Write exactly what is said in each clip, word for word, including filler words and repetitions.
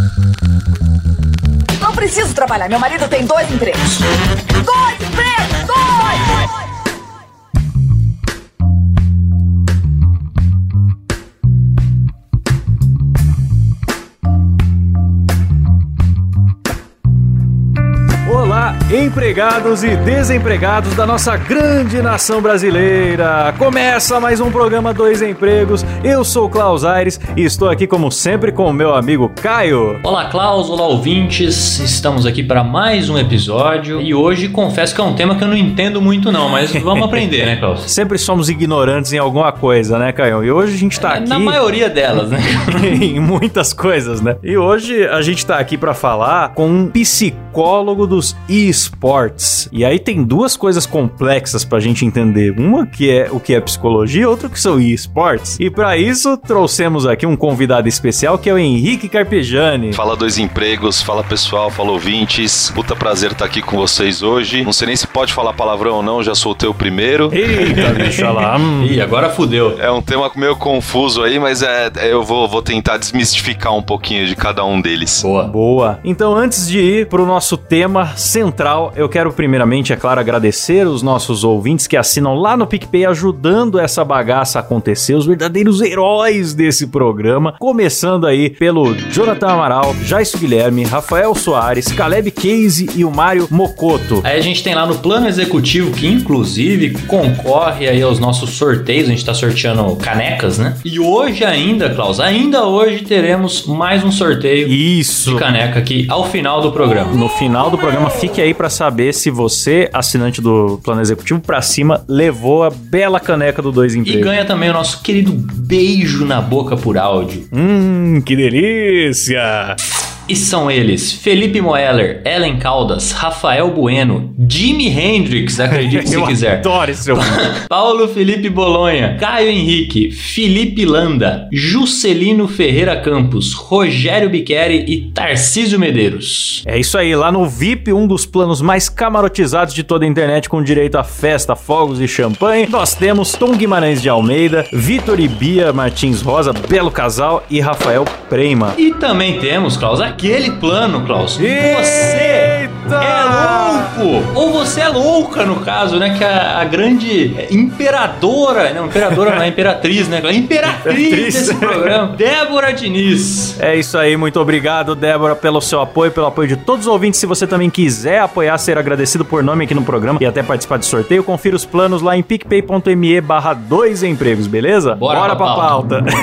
Não preciso trabalhar, meu marido tem dois empregos. Dois empregos! Dois! Olá, empregados e desempregados da nossa grande nação brasileira. Começa mais um programa Dois Empregos. Eu sou o Klaus Aires e estou aqui como sempre com o meu amigo Caio. Olá, Klaus, olá, ouvintes. Estamos aqui para mais um episódio e hoje confesso que é um tema que eu não entendo muito não, mas vamos aprender, né, Klaus? Sempre somos ignorantes em alguma coisa, né, Caio? E hoje a gente tá é, aqui... Na maioria delas, né? Em muitas coisas, né? E hoje a gente tá aqui para falar com um psicólogo dos eSports. E aí tem duas coisas complexas pra gente entender. Uma que é o que é psicologia, outra que são eSports. E pra isso trouxemos aqui um convidado especial que é o Henrique Carpegiani. Fala Dois Empregos, fala pessoal, fala ouvintes. Puta prazer estar aqui com vocês hoje. Não sei nem se pode falar palavrão ou não, já soltei o primeiro. Eita, deixa lá. Hum. Ih, agora fudeu. É um tema meio confuso aí, mas é, eu vou, vou tentar desmistificar um pouquinho de cada um deles. Boa. Boa. Então antes de ir pro nosso tema central, eu quero primeiramente, é claro, agradecer os nossos ouvintes que assinam lá no PicPay, ajudando essa bagaça a acontecer, os verdadeiros heróis desse programa, começando aí pelo Jonathan Amaral, Jaisso Guilherme, Rafael Soares, Caleb Casey e o Mário Mocoto. Aí a gente tem lá no plano executivo, que inclusive concorre aí aos nossos sorteios, a gente tá sorteando canecas, né? E hoje ainda, Klaus, ainda hoje teremos mais um sorteio Isso. de caneca aqui ao final do programa. No final do programa, fique aí pra saber se você, assinante do plano executivo pra cima, levou a bela caneca do Dois Empregos. E ganha também o nosso querido beijo na boca por áudio. Hum, que delícia! E são eles, Felipe Moeller, Ellen Caldas, Rafael Bueno, Jimi Hendrix, acredite se Eu quiser. adoro esse seu Paulo Felipe Bolonha, Caio Henrique, Felipe Landa, Juscelino Ferreira Campos, Rogério Biqueri e Tarcísio Medeiros. É isso aí, lá no V I P, um dos planos mais camarotizados de toda a internet, com direito a festa, fogos e champanhe, nós temos Tom Guimarães de Almeida, Vitor e Bia Martins Rosa, belo casal, e Rafael Prema. E também temos, Klaus, aquele plano, Klaus. Eita! Você é louco! Ou você é louca, no caso, né? Que a, a grande imperadora, não, imperadora não é imperatriz, né? A imperatriz, imperatriz desse programa, Débora Diniz. É isso aí, muito obrigado, Débora, pelo seu apoio, pelo apoio de todos os ouvintes. Se você também quiser apoiar, ser agradecido por nome aqui no programa e até participar de sorteio, confira os planos lá em picpay.me barra dois empregos, beleza? Bora, Bora pra, pra pauta. pauta.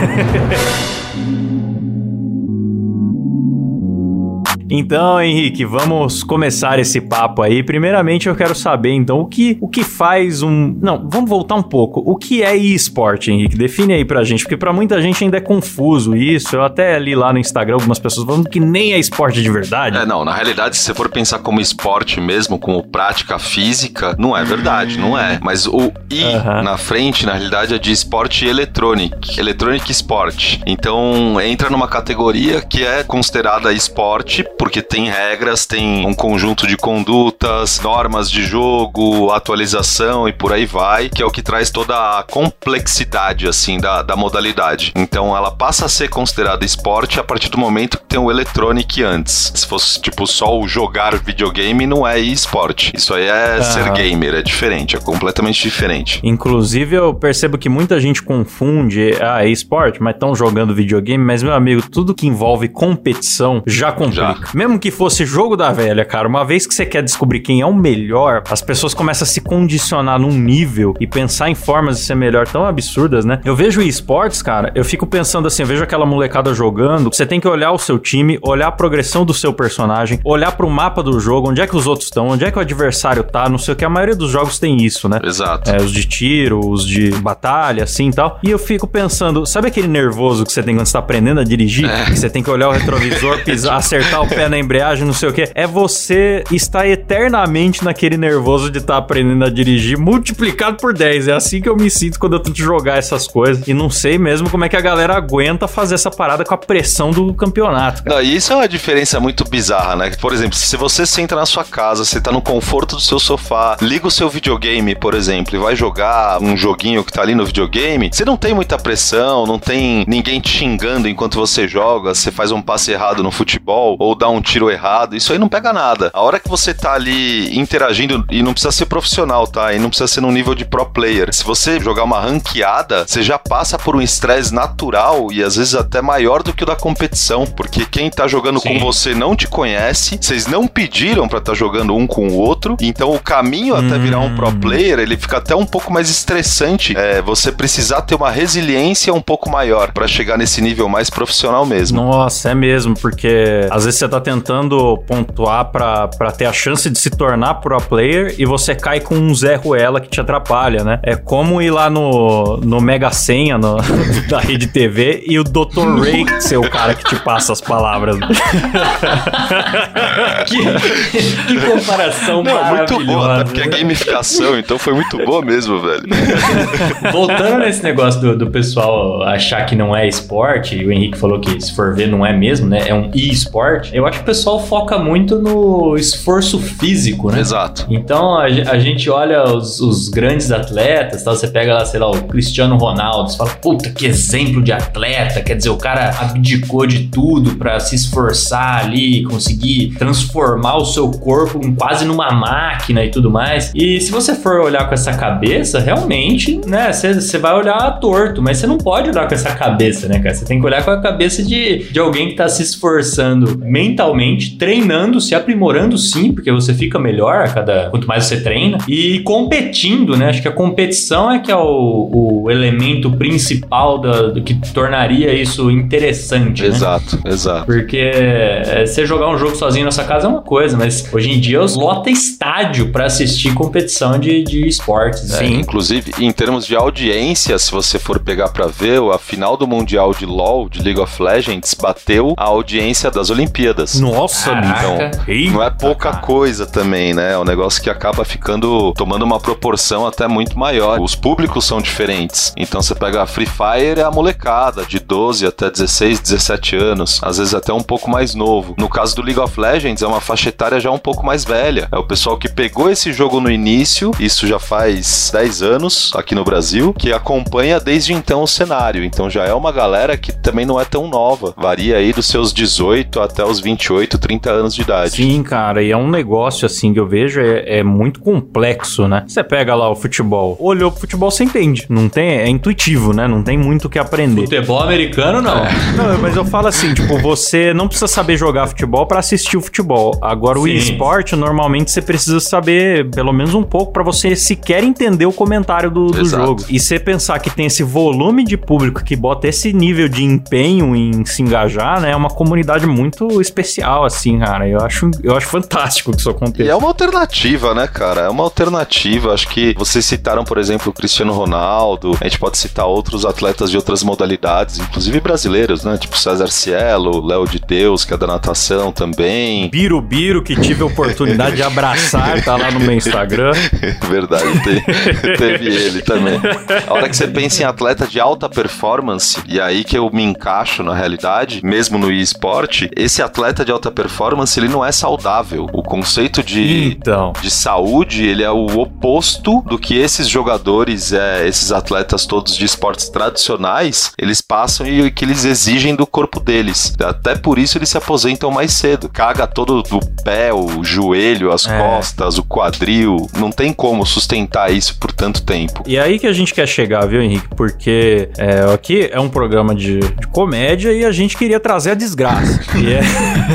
Então, Henrique, vamos começar esse papo aí. Primeiramente, eu quero saber, então, o que, o que faz um... Não, vamos voltar um pouco. O que é eSport, Henrique? Define aí pra gente, porque pra muita gente ainda é confuso isso. Eu até li lá no Instagram algumas pessoas falando que nem é esporte de verdade. É, não, na realidade, se você for pensar como esporte mesmo, como prática física, não é verdade, não é. Mas o I uh-huh. na frente, na realidade, é de esporte eletrônico, electronic sport. Então, entra numa categoria que é considerada esporte, porque tem regras, tem um conjunto de condutas, normas de jogo, atualização e por aí vai, que é o que traz toda a complexidade, assim, da, da modalidade. Então, ela passa a ser considerada esporte a partir do momento que tem o electronic antes. Se fosse, tipo, só o jogar videogame, não é esporte. Isso aí é ah. ser gamer, é diferente, é completamente diferente. Inclusive, eu percebo que muita gente confunde, ah, é esporte, mas estão jogando videogame, mas, meu amigo, tudo que envolve competição já complica. Já. Mesmo que fosse jogo da velha, cara, uma vez que você quer descobrir quem é o melhor, as pessoas começam a se condicionar num nível e pensar em formas de ser melhor tão absurdas, né? Eu vejo esportes, cara, eu fico pensando assim, eu vejo aquela molecada jogando, você tem que olhar o seu time, olhar a progressão do seu personagem, olhar pro mapa do jogo, onde é que os outros estão, onde é que o adversário tá, não sei o que, a maioria dos jogos tem isso, né? Exato. É, os de tiro, os de batalha, assim e tal. E eu fico pensando, sabe aquele nervoso que você tem quando você tá aprendendo a dirigir? É. Que você tem que olhar o retrovisor, pisar, acertar o pé na embreagem, não sei o que. É você estar eternamente naquele nervoso de estar tá aprendendo a dirigir, multiplicado por dez. É assim que eu me sinto quando eu tento jogar essas coisas. E não sei mesmo como é que a galera aguenta fazer essa parada com a pressão do campeonato, cara. Não, isso é uma diferença muito bizarra, né? Por exemplo, se você senta na sua casa, você tá no conforto do seu sofá, liga o seu videogame, por exemplo, e vai jogar um joguinho que tá ali no videogame, você não tem muita pressão, não tem ninguém te xingando enquanto você joga, você faz um passe errado no futebol ou dá um tiro errado, isso aí não pega nada. A hora que você tá ali interagindo, e não precisa ser profissional, tá? E não precisa ser num nível de pro player. Se você jogar uma ranqueada, você já passa por um estresse natural e às vezes até maior do que o da competição, porque quem tá jogando Sim. com você não te conhece, vocês não pediram pra estar tá jogando um com o outro, então o caminho hum. até virar um pro player, ele fica até um pouco mais estressante, é, você precisar ter uma resiliência um pouco maior pra chegar nesse nível mais profissional mesmo. Nossa, é mesmo, porque às vezes você tá tentando pontuar pra, pra ter a chance de se tornar pro player e você cai com um Zé Ruela que te atrapalha, né? É como ir lá no, no Mega Senha no, da Rede T V e o doutor Ray ser o cara que te passa as palavras. que, que comparação Não, maravilhosa. Muito boa, até porque é gamificação, então foi muito boa mesmo, velho. Voltando nesse negócio do, do pessoal achar que não é esporte, e o Henrique falou que se for ver não é mesmo, né? É um e-sport. Eu acho que o pessoal foca muito no esforço físico, né? Exato. Então a, a gente olha os, os grandes atletas, tá? Você pega lá, sei lá, o Cristiano Ronaldo, você fala, puta, que exemplo de atleta, quer dizer, o cara abdicou de tudo pra se esforçar ali, conseguir transformar o seu corpo quase numa máquina e tudo mais. E se você for olhar com essa cabeça, realmente, né, você vai olhar torto, mas você não pode olhar com essa cabeça, né, cara? Você tem que olhar com a cabeça de, de alguém que tá se esforçando mentalmente, treinando, se aprimorando sim, porque você fica melhor a cada, quanto mais você treina, e competindo, né? Acho que a competição é que é o, o elemento principal da, do que tornaria isso interessante, né? Exato, exato. Porque é, você jogar um jogo sozinho na sua casa é uma coisa, mas hoje em dia os lota estádio pra assistir competição de, de esportes. É, Sim. Inclusive, em termos de audiência, se você for pegar pra ver, a final do Mundial de LoL, de League of Legends, bateu a audiência das Olimpíadas. Nossa, então, Eita, não é pouca cara. coisa também, né? É um negócio que acaba ficando, tomando uma proporção até muito maior. Os públicos são diferentes. Então você pega a Free Fire, é a molecada de doze até dezesseis, dezessete anos, às vezes até um pouco mais novo. No caso do League of Legends, é uma faixa etária já um pouco mais velha. É o pessoal que pegou esse jogo no início, isso já faz dez anos aqui no Brasil, que acompanha desde então o cenário. Então já é uma galera que também não é tão nova. Varia aí dos seus dezoito até os vinte e oito, trinta anos de idade. Sim, cara, e é um negócio assim que eu vejo, é, é muito complexo, né? Você pega lá o futebol, olhou pro futebol, você entende. Não tem, é intuitivo, né? Não tem muito o que aprender. Futebol americano, não. É. Não, mas eu falo assim, tipo, você não precisa saber jogar futebol pra assistir o futebol. Agora, o esporte, normalmente, você precisa saber pelo menos um pouco pra você sequer entender o comentário do, do jogo. E você pensar que tem esse volume de público que bota esse nível de empenho em se engajar, né? É uma comunidade muito especial, assim, cara. Eu acho, eu acho fantástico que isso aconteça. E é uma alternativa, né, cara? É uma alternativa. Acho que vocês citaram, por exemplo, o Cristiano Ronaldo. A gente pode citar outros atletas de outras modalidades, inclusive brasileiros, né? Tipo César Cielo, Léo de Deus, que é da natação também. Biro Biro, que tive a oportunidade de abraçar, tá lá no meu Instagram. Verdade, te, teve ele também. A hora que você pensa em atleta de alta performance, e aí que eu me encaixo na realidade, mesmo no eSport, esse atleta de alta performance, ele não é saudável. O conceito de, então. de saúde, ele é o oposto do que esses jogadores, é, esses atletas todos de esportes tradicionais, eles passam e que eles exigem do corpo deles. Até por isso eles se aposentam mais cedo. Caga todo do pé, o joelho, as é. costas, o quadril. Não tem como sustentar isso por tanto tempo. E aí que a gente quer chegar, viu, Henrique? Porque é, aqui é um programa de, de comédia e a gente queria trazer a desgraça. e, é...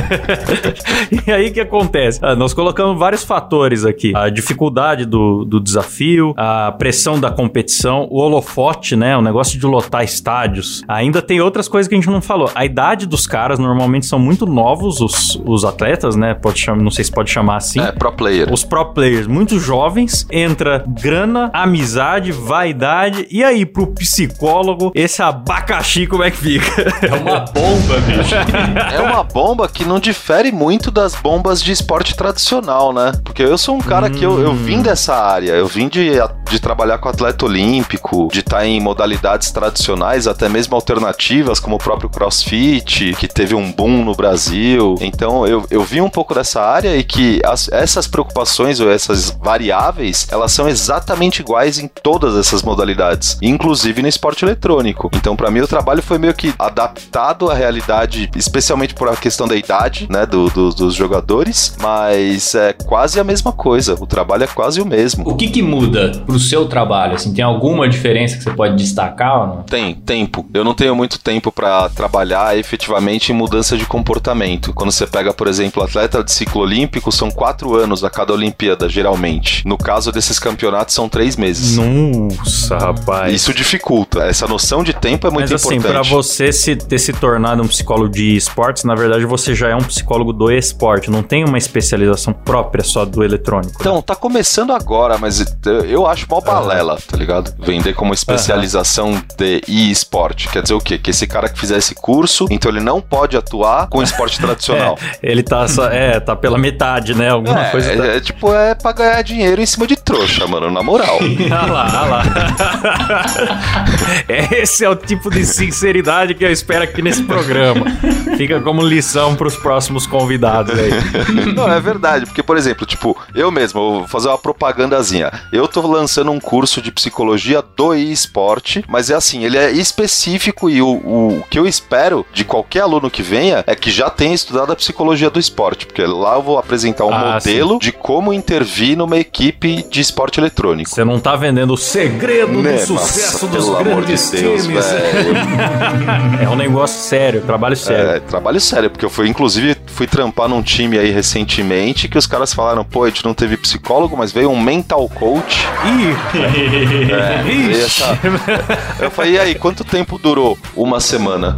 e aí que acontece? Ah, nós colocamos vários fatores aqui. A dificuldade do, do desafio, a pressão da competição, o holofote, né? O negócio de lotar estádios. Ainda tem outras coisas que a gente não falou. A idade dos caras normalmente são muito novos, os, os atletas, né? Pode chamar, não sei se pode chamar assim. É, pro player. Os pro players, muito jovens. Entra grana, amizade, vaidade. E aí, pro psicólogo, esse abacaxi, como é que fica? É uma bomba, bicho. É uma bomba que que não difere muito das bombas de esporte tradicional, né? Porque eu sou um cara hum. que eu, eu vim dessa área, eu vim de, de trabalhar com atleta olímpico, de estar em modalidades tradicionais, até mesmo alternativas, como o próprio CrossFit, que teve um boom no Brasil. Então eu, eu vi um pouco dessa área e que as, essas preocupações ou essas variáveis, elas são exatamente iguais em todas essas modalidades, inclusive no esporte eletrônico. Então pra mim o trabalho foi meio que adaptado à realidade, especialmente por a questão da idade, né, do, do, dos jogadores, mas é quase a mesma coisa, o trabalho é quase o mesmo. O que que muda pro seu trabalho, assim, tem alguma diferença que você pode destacar ou não? Tem, tempo. Eu não tenho muito tempo pra trabalhar efetivamente em mudança de comportamento. Quando você pega, por exemplo, atleta de ciclo olímpico, são quatro anos a cada Olimpíada, geralmente. No caso desses campeonatos, são três meses. Nossa, rapaz. Isso dificulta. Essa noção de tempo é muito Mas, importante. Mas assim, pra você se, ter se tornado um psicólogo de esportes, na verdade, você já é um psicólogo do esporte. Não tem uma especialização própria só do eletrônico. Então, né? Tá começando agora, mas eu acho mó balela, tá ligado? Vender como especialização uhum. de e-esporte. Quer dizer o quê? Que esse cara que fizer esse curso, então ele não pode atuar com esporte tradicional. É, ele tá só, é, tá pela metade, né? Alguma é, coisa. É, tá... é tipo, é pra ganhar dinheiro em cima de trouxa, mano, na moral. Ah lá, ah lá. Esse é o tipo de sinceridade que eu espero aqui nesse programa. Fica como lição pros próximos convidados aí. Não, é verdade, porque, por exemplo, tipo, eu mesmo, eu vou fazer uma propagandazinha. Eu tô lançando um curso de psicologia do e-esporte, mas é assim, ele é específico e o, o que eu espero de qualquer aluno que venha é que já tenha estudado a psicologia do esporte, porque lá eu vou apresentar um ah, modelo sim. de como intervir numa equipe de esporte eletrônico. Você não tá vendendo o segredo né? do sucesso Nossa, dos grandes de Deus, times. É um negócio sério, trabalho sério. É, trabalho sério, porque eu fui, inclusive, fui trampar num time aí recentemente que os caras falaram, pô, a gente não teve psicólogo, mas veio um mental coach. Ih! É, essa... Eu falei, e aí, quanto tempo durou? Uma semana.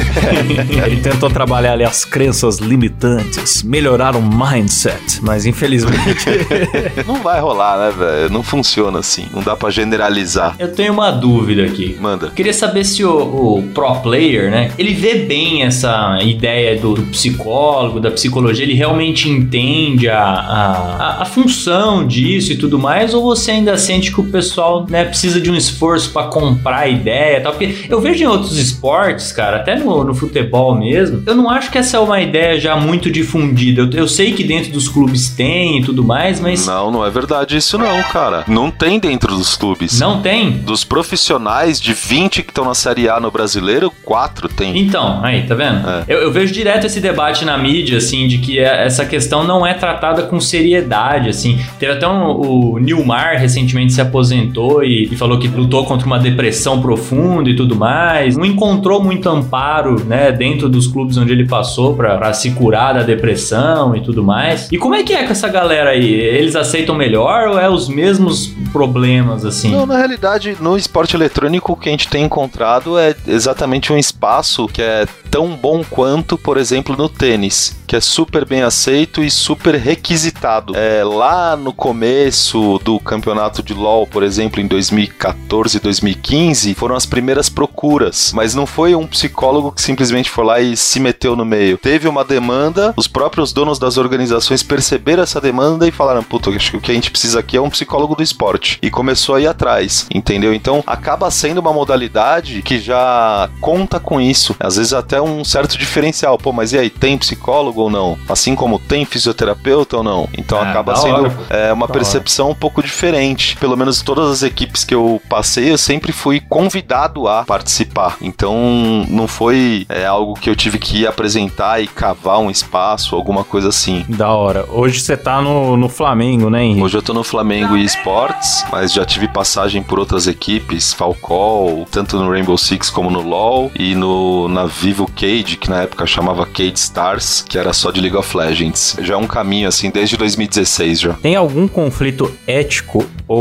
Ele tentou trabalhar ali as crenças limitantes, melhorar o mindset, mas infelizmente... Não vai rolar, né, velho? Não funciona assim, não dá pra generalizar. Eu tenho uma dúvida aqui. Manda. Queria saber se o, o pro player, né, ele vê bem essa ideia do, do psicólogo, da psicologia, ele realmente entende a, a, a função disso e tudo mais, ou você ainda sente que o pessoal, né, precisa de um esforço pra comprar a ideia e tal? Porque eu vejo em outros esportes, cara, até no, no futebol mesmo, eu não acho que essa é uma ideia já muito difundida. Eu, eu sei que dentro dos clubes tem e tudo mais, mas... Não, não é verdade isso não, cara. Não tem dentro dos clubes. Não tem? Dos profissionais, de vinte que estão na Série A no Brasileiro, quatro tem. Então, aí, tá vendo? É. Eu, eu vejo direto esse debate na mídia, assim, de que essa questão não é tratada com seriedade, assim. Teve até um, o Nilmar recentemente se aposentou e, e falou que lutou contra uma depressão profunda e tudo mais. Não encontrou muito amparo, né, dentro dos clubes onde ele passou pra, pra se curar da depressão e tudo mais. E como é que é com essa galera aí? Eles aceitam melhor ou é os mesmos problemas, assim? Não, na realidade, no esporte eletrônico, o que a gente tem encontrado é exatamente um espaço que é tão bom quanto, por exemplo, no tênis, que é super bem aceito e super requisitado. É, lá no começo do campeonato de LoL, por exemplo, em dois mil e quatorze, dois mil e quinze, foram as primeiras procuras, mas não foi um psicólogo que simplesmente foi lá e se meteu no meio. Teve uma demanda, os próprios donos das organizações perceberam essa demanda e falaram, puta, acho que o que a gente precisa aqui é um psicólogo do esporte. E começou a ir atrás, entendeu? Então, acaba sendo uma modalidade que já conta com isso. Às vezes até um certo diferencial. Pô, mas e aí, tem psicólogo ou não? Assim como tem fisioterapeuta ou não? Então é, acaba sendo hora, é, uma percepção hora. um pouco diferente. Pelo menos todas as equipes que eu passei, eu sempre fui convidado a participar. Então não foi é, algo que eu tive que ir apresentar e cavar um espaço, alguma coisa assim. Da hora. Hoje você tá no, no Flamengo, né, Henrique? Hoje eu tô no Flamengo e Esportes, mas já tive passagem por outras equipes, Falcol, tanto no Rainbow Six como no LoL, e no, na Vivo Cage, que na época chamava Cage Stars, que era só de League of Legends. Já é um caminho, assim, desde dois mil e dezesseis já. Tem algum conflito ético ou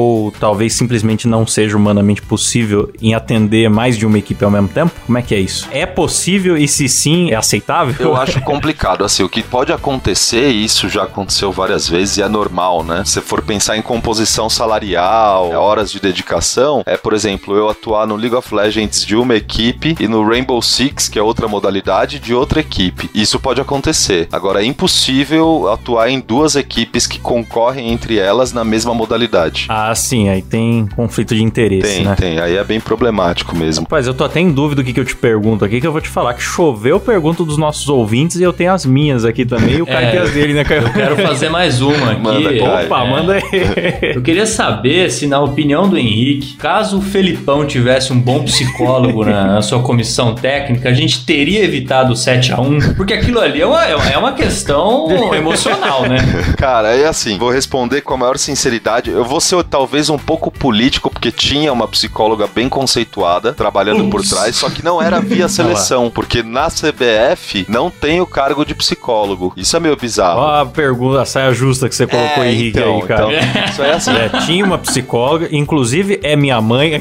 ou talvez simplesmente não seja humanamente possível em atender mais de uma equipe ao mesmo tempo? Como é que é isso? É possível e se sim, é aceitável? Eu acho complicado, assim, o que pode acontecer, e isso já aconteceu várias vezes e é normal, né? Se for pensar em composição salarial, horas de dedicação, é, por exemplo, eu atuar no League of Legends de uma equipe e no Rainbow Six, que é outra modalidade, de outra equipe. Isso pode acontecer. Agora, é impossível atuar em duas equipes que concorrem entre elas na mesma modalidade. Ah, sim, aí tem conflito de interesse, tem, né? Tem, aí é bem problemático mesmo. Rapaz, eu tô até em dúvida do que, que eu te pergunto aqui, que eu vou te falar que choveu, eu pergunto dos nossos ouvintes e eu tenho as minhas aqui também, e o Caio É, tem as dele, né, Caio? Eu quero fazer mais uma aqui. Manda, Caio. Opa, É. manda aí. Eu queria saber se, na opinião do Henrique, caso o Felipão tivesse um bom psicólogo na, na sua comissão técnica, a gente teria evitado o sete a um? Porque aquilo ali é uma, é uma questão emocional, né? Cara, é assim, vou responder com a maior sinceridade. Eu vou ser talvez um pouco político, porque tinha uma psicóloga bem conceituada trabalhando Ups. por trás, só que não era via seleção, porque na C B F não tem o cargo de psicólogo. Isso é meio bizarro. Ó a pergunta, a saia justa que você colocou, É, Henrique, então, aí, cara. então, isso é assim. É, tinha uma psicóloga, inclusive é minha mãe.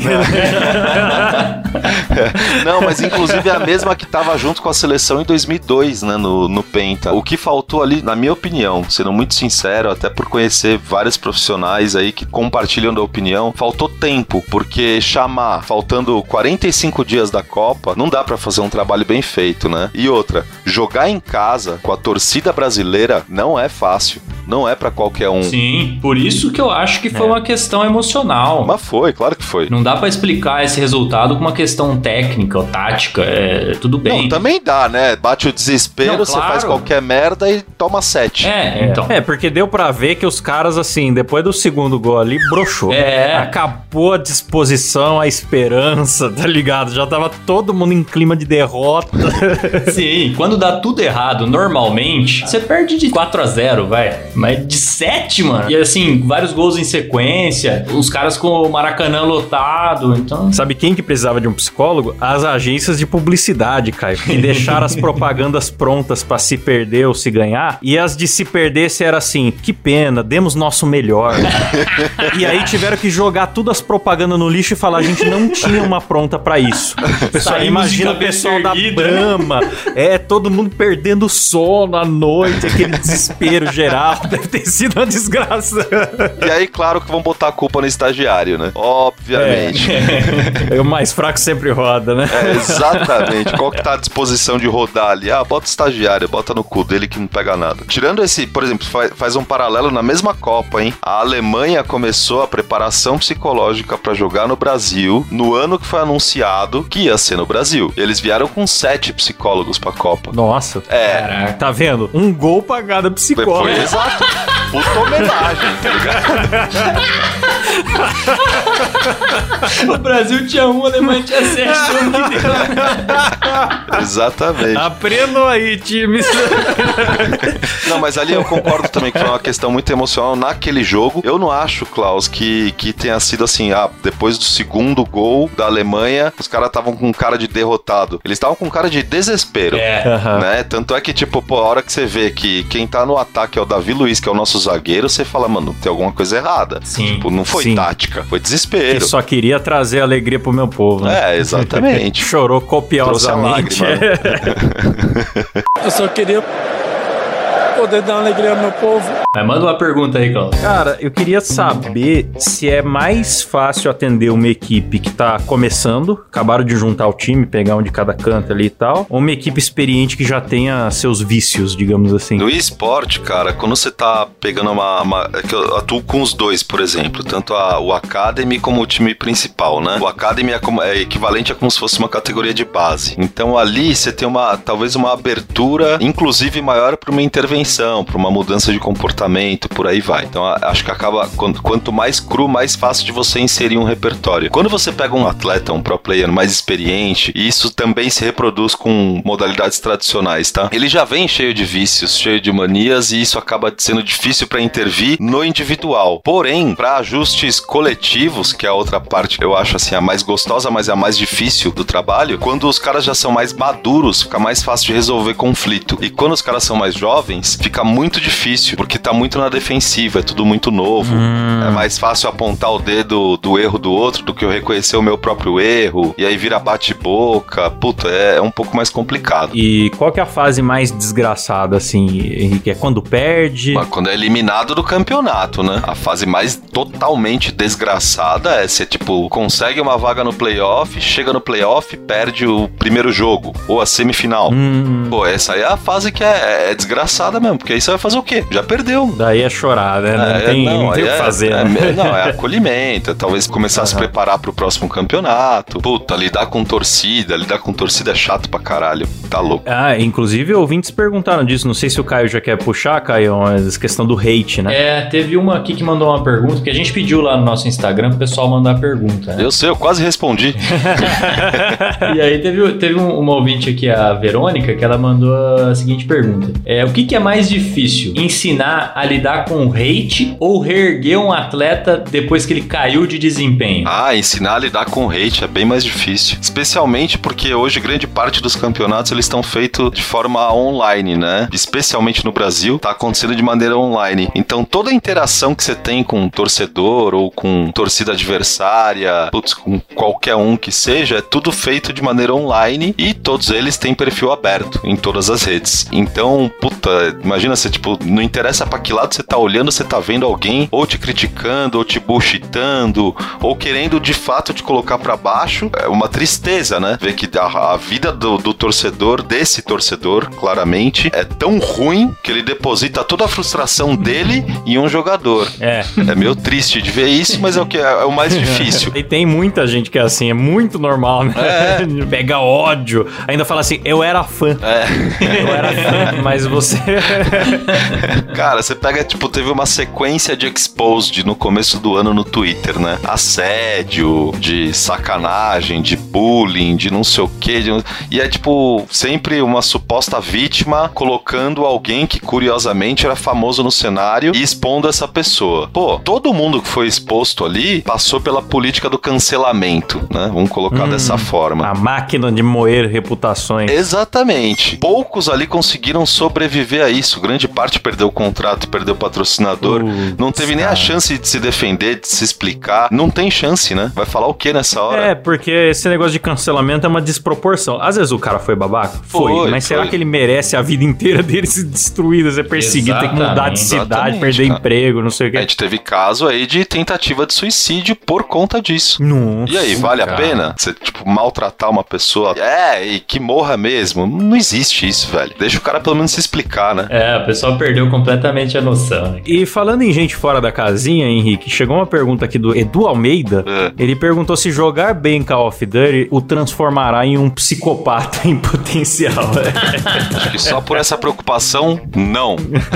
Não, mas inclusive é a mesma que tava junto com a seleção em dois mil e dois, né, no, no Penta. O que faltou ali, na minha opinião, sendo muito sincero, até por conhecer vários profissionais aí que compartilham da opinião, faltou tempo, porque chamar faltando quarenta e cinco dias da Copa, não dá pra fazer um trabalho bem feito, né? E outra, jogar em casa com a torcida brasileira não é fácil. Não é pra qualquer um. Sim, por isso que eu acho que foi É. uma questão emocional. Mas foi, claro que foi. Não dá pra explicar esse resultado com uma questão técnica ou tática, é tudo bem. Não, também dá, né? Bate o desespero, Não, você claro. faz qualquer merda e toma sete. É, então. É, porque deu pra ver que os caras, assim, depois do segundo gol ali, broxou. É. Acabou a disposição, a esperança, tá ligado? Já tava todo mundo em clima de derrota. Sim, quando dá tudo errado, normalmente, você perde de quatro a zero, vai. Mas de sete, mano. E assim, vários gols em sequência, os caras com o Maracanã lotado, então... Sabe quem que precisava de um psicólogo? As agências de publicidade, Caio, que deixaram as propagandas prontas pra se perder ou se ganhar, e as de se perder se era assim, que pena, demos nosso melhor. E aí tiveram que jogar tudo as propagandas no lixo e falar, a gente não tinha uma pronta pra isso. Pessoal, Saímos imagina de o pessoal da cabeça erguida. Brahma, é, todo mundo perdendo sono à noite, aquele desespero geral, deve ter sido uma desgraça. E aí, claro que vão botar a culpa no estagiário, né? Obviamente. É, o mais fraco sempre roda, né? É, exatamente. Qual que tá a disposição de rodar ali? Ah, bota o estagiário, bota no cu dele que não pega nada. Tirando esse, por exemplo, faz, faz um paralelo na mesma Copa, hein? A Alemanha começou a preparação psicológica pra jogar no Brasil no ano que foi anunciado que ia ser no Brasil. Eles vieram com sete psicólogos pra Copa. Nossa. É. Caraca. Tá vendo? Um gol pagado psicólogo. Foi exato. Puta homenagem, tá ligado? O Brasil tinha um, a Alemanha tinha sete. Exatamente. Aprendam aí, times. Não, mas ali eu concordo também que foi uma questão muito emocional naquele jogo. Eu não acho, Klaus, que, que tenha sido assim, ah, depois do segundo gol da Alemanha, os caras estavam com cara de derrotado. Eles estavam com cara de desespero. É. Aham. Né? Tanto é que, tipo, pô, a hora que você vê que quem tá no ataque é o Davi Luiz, que é o nosso zagueiro, você fala, mano, tem alguma coisa errada. Sim. Tipo, não foi Sim. tática, foi Que desespero. só queria trazer alegria pro meu povo, né? É, exatamente. Chorou Trouxe a copiosamente. lágrima. Eu só queria poder dar uma alegria ao meu povo. Mas manda uma pergunta aí, Cláudio. Cara, eu queria saber se é mais fácil atender uma equipe que tá começando, acabaram de juntar o time, pegar um de cada canto ali e tal, ou uma equipe experiente que já tenha seus vícios, digamos assim. No esporte, cara, quando você tá pegando uma, uma... é que eu atuo com os dois, por exemplo. Tanto a, o Academy como o time principal, né? O Academy é, como, é equivalente a como se fosse uma categoria de base. Então ali você tem uma, talvez uma abertura, inclusive maior para uma intervenção, para uma mudança de comportamento, por aí vai. Então a, acho que acaba, quanto, quanto mais cru, mais fácil de você inserir um repertório. Quando você pega um atleta, um pro player mais experiente, e isso também se reproduz com modalidades tradicionais, tá? Ele já vem cheio de vícios, cheio de manias, e isso acaba sendo difícil para intervir no individual. Porém, para ajustes coletivos, que é a outra parte, eu acho assim, a mais gostosa, mas é a mais difícil do trabalho, quando os caras já são mais maduros, fica mais fácil de resolver conflito. E quando os caras são mais jovens, fica muito difícil, porque tá muito na defensiva, é tudo muito novo. Hum. É mais fácil apontar o dedo do erro do outro do que eu reconhecer o meu próprio erro. E aí vira bate-boca. Puta, é, é um pouco mais complicado. E qual que é a fase mais desgraçada, assim, Henrique? É quando perde? Mas quando é eliminado do campeonato, né? A fase mais totalmente desgraçada é você, tipo, consegue uma vaga no playoff, chega no playoff, perde o primeiro jogo, ou a semifinal. Hum. Pô, essa aí é a fase que é, é desgraçada mesmo, porque aí você vai fazer o quê? Já perdeu. Daí é chorar, né? Não é, tem, não, não tem o que é, fazer. É, né? é, não, é acolhimento, é talvez começar uhum. a se preparar pro próximo campeonato. Puta, lidar com torcida, lidar com torcida é chato pra caralho. Tá louco. Ah, inclusive ouvintes perguntaram disso, não sei se o Caio já quer puxar, Caio, essa questão do hate, né? É, teve uma aqui que mandou uma pergunta, que a gente pediu lá no nosso Instagram pro pessoal mandar a pergunta, né? Eu sei, eu quase respondi. E aí teve, teve uma ouvinte aqui, a Verônica, que ela mandou a seguinte pergunta. É, o que, que é mais difícil? Ensinar a lidar com o hate ou reerguer um atleta depois que ele caiu de desempenho? Ah, ensinar a lidar com o hate é bem mais difícil. Especialmente porque hoje grande parte dos campeonatos eles estão feitos de forma online, né? Especialmente no Brasil, tá acontecendo de maneira online. Então toda a interação que você tem com um torcedor ou com torcida adversária, putz, com qualquer um que seja, é tudo feito de maneira online e todos eles têm perfil aberto em todas as redes. Então, puta, imagina você, tipo, não interessa pra que lado você tá olhando, você tá vendo alguém ou te criticando, ou te bullshitando, ou querendo de fato te colocar pra baixo. É uma tristeza, né? Ver que a, a vida do, do torcedor, desse torcedor, claramente, é tão ruim que ele deposita toda a frustração dele em um jogador. É. É meio triste de ver isso, mas é o que é, é o mais difícil. E tem muita gente que é assim, é muito normal, né? É. Pega ódio, ainda fala assim, eu era fã. É. Eu era fã, mas você... Cara, você pega, tipo, teve uma sequência de exposed no começo do ano no Twitter, né? Assédio, de sacanagem, de bullying, de não sei o quê. De... E é, tipo, sempre uma suposta vítima colocando alguém que, curiosamente, era famoso no cenário e expondo essa pessoa. Pô, todo mundo que foi exposto ali passou pela política do cancelamento, né? Vamos colocar hum, dessa forma. A máquina de moer reputações. Exatamente. Poucos ali conseguiram sobreviver a isso. Grande parte perdeu o contrato, perdeu o patrocinador. Uh, não teve cara. nem a chance de se defender, de se explicar. Não tem chance, né? Vai falar o que nessa hora? É, porque esse negócio de cancelamento é uma desproporção. Às vezes o cara foi babaca? Foi. foi mas foi. Será que ele merece a vida inteira dele ser destruída, ser perseguido, ter que mudar de cidade, perder cara. emprego, não sei o quê? A gente teve caso aí de tentativa de suicídio por conta disso. Nossa, e aí, vale cara. a pena você, tipo, maltratar uma pessoa? É, e que morra mesmo. Não existe isso, velho. Deixa o cara pelo menos se explicar, né? É, o pessoal perdeu completamente a noção. Né? E falando em gente fora da casinha, Henrique, chegou uma pergunta aqui do Edu Almeida. É. Ele perguntou se jogar bem Call of Duty o transformará em um psicopata em potencial. Acho que só por essa preocupação, não.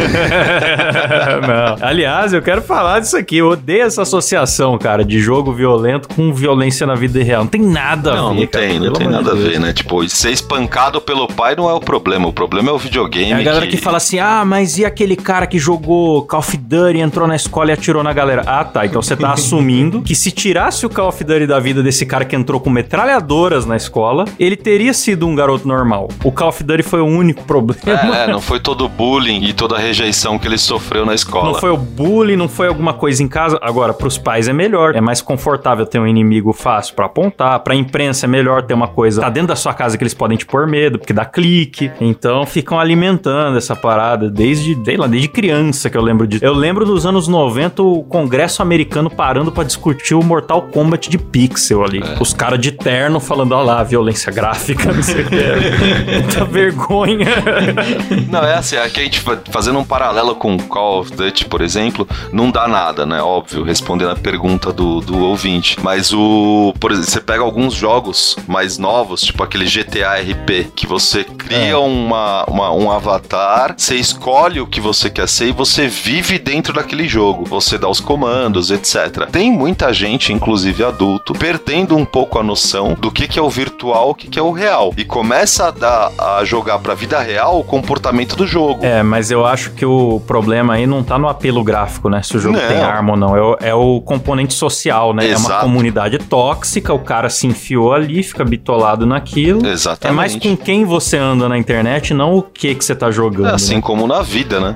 Não. Aliás, eu quero falar disso aqui. Eu odeio essa associação, cara, de jogo violento com violência na vida real. Não tem nada não, a ver, Não, cara, tem, não tem nada Deus. a ver, né? Tipo, ser espancado pelo pai não é o problema. O problema é o videogame. É a galera que... que fala assim, ah, mas e aquele cara que jogou Call of Duty, entrou na escola e atirou na galera? Ah, tá. Então você tá assumindo que se tirasse o Call of Duty da vida desse cara que entrou com metralhadoras na escola, ele teria sido um garoto normal. O Call of Duty foi o único problema. É, é não foi todo o bullying e toda a rejeição que ele sofreu na escola. Não foi o bullying, não foi alguma coisa em casa. Agora, pros pais é melhor. É mais confortável ter um inimigo fácil pra apontar. Pra imprensa é melhor ter uma coisa tá dentro da sua casa que eles podem te pôr medo, porque dá clique. Então, ficam alimentando essa parada desde, sei lá, desde criança que eu lembro disso. Eu lembro dos anos noventa o Congresso americano parando pra discutir o Mortal Kombat de pixel ali. É. Os caras de terno falando, ó lá, violência gráfica, não sei o que. Muita vergonha. Não, é assim, aqui a gente fazendo um paralelo com Call of Duty, por exemplo, não dá nada, né? Óbvio, respondendo a pergunta do, do ouvinte. Mas o... Por exemplo, você pega alguns jogos mais novos, tipo aquele G T A R P, que você cria é. uma, uma, um avatar, você escolhe o que você quer ser e você vive dentro daquele jogo. Você dá os comandos, etcétera. Tem muita gente, inclusive adulto, perdendo um pouco a noção do que, que é o virtual, o que, que é o real. E começa a, dar, a jogar pra vida real o comportamento do jogo. É, mas eu acho que o problema aí não tá no apelo gráfico, né? Se o jogo não. tem arma ou não. É o, é o componente social, né? Exato. É uma comunidade tóxica, o cara se enfiou ali, fica bitolado naquilo. Exatamente. É mais com quem você anda na internet, não o que que você tá jogando. É assim né? como na vida, né? É.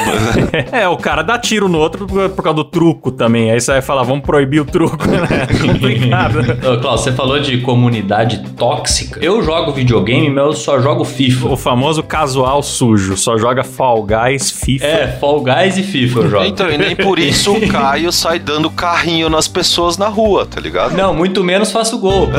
É, o cara dá tiro no outro por, por causa do truco também. Aí você vai falar, vamos proibir o truco, né? Complicado. Ô, Klaus, você falou de comunidade tóxica. Eu jogo videogame, mas eu só jogo FIFA. O famoso casual sujo. Só joga Fall Guys, FIFA. É, Fall Guys e FIFA eu jogo. Então, e nem por isso o Caio sai dando carrinho nas pessoas na rua, tá ligado? Não, muito menos faço gol.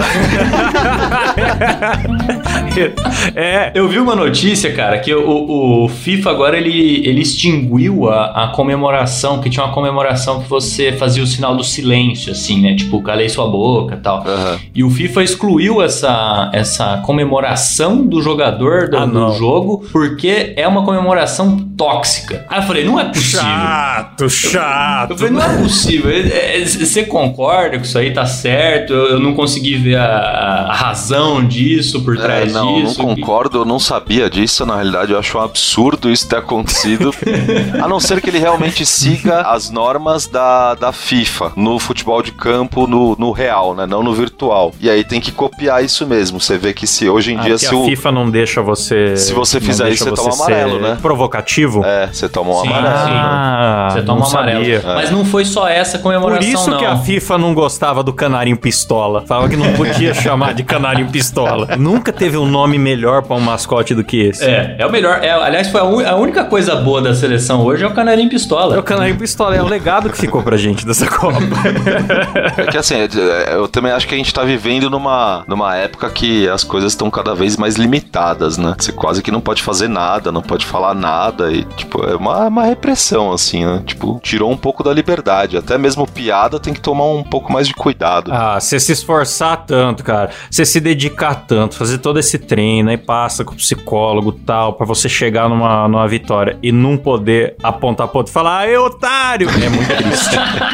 É, eu vi uma notícia, cara, que o, o FIFA agora ele, ele extinguiu a, a comemoração, que tinha uma comemoração que você fazia o sinal do silêncio, assim, né? Tipo, calei sua boca e tal. Uhum. E o FIFA excluiu essa, essa comemoração do jogador do, ah, do jogo, porque é uma comemoração tóxica. Aí eu falei, não é possível. Chato, chato. Eu, eu falei, não é possível. Você concorda que isso aí tá certo? Eu, eu não consegui ver a, a razão disso por trás é, não, disso. Não, não concordo, eu não sabia disso. Na realidade, eu acho um absurdo isso ter acontecido. A não ser que ele realmente siga as normas da, da FIFA no futebol de campo, no, no real, né? Não no virtual. E aí tem que copiar isso mesmo. Você vê que se hoje em ah, dia... se a o... FIFA não deixa você... Se você fizer isso, você, você toma amarelo, né? Provocativo? É, você toma um sim, amarelo. Ah, você toma um amarelo. É. Mas não foi só essa comemoração, Por isso não. que a FIFA não gostava do canarinho pistola. Falava que não podia chamar de canarinho pistola. Nunca teve um nome melhor pra um mascote do que esse. É, é o melhor. É, aliás, foi a, un... a única coisa boa da seleção hoje é o canarinho pistola. É o canarinho pistola, é o legado que ficou pra gente dessa Copa. É que assim, eu também acho que a gente tá vivendo numa, numa época que as coisas estão cada vez mais limitadas, né? Você quase que não pode fazer nada, não pode falar nada e, tipo, é uma, uma repressão, assim, né? Tipo, tirou um pouco da liberdade. Até mesmo piada tem que tomar um pouco mais de cuidado. Ah, você se esforçar tanto, cara, você se dedicar tanto, fazer todo esse treino, aí passa com o psicólogo e tal, pra você chegar numa, numa vitória e não poder apontar pro outro e falar, ah, otário! É muito triste.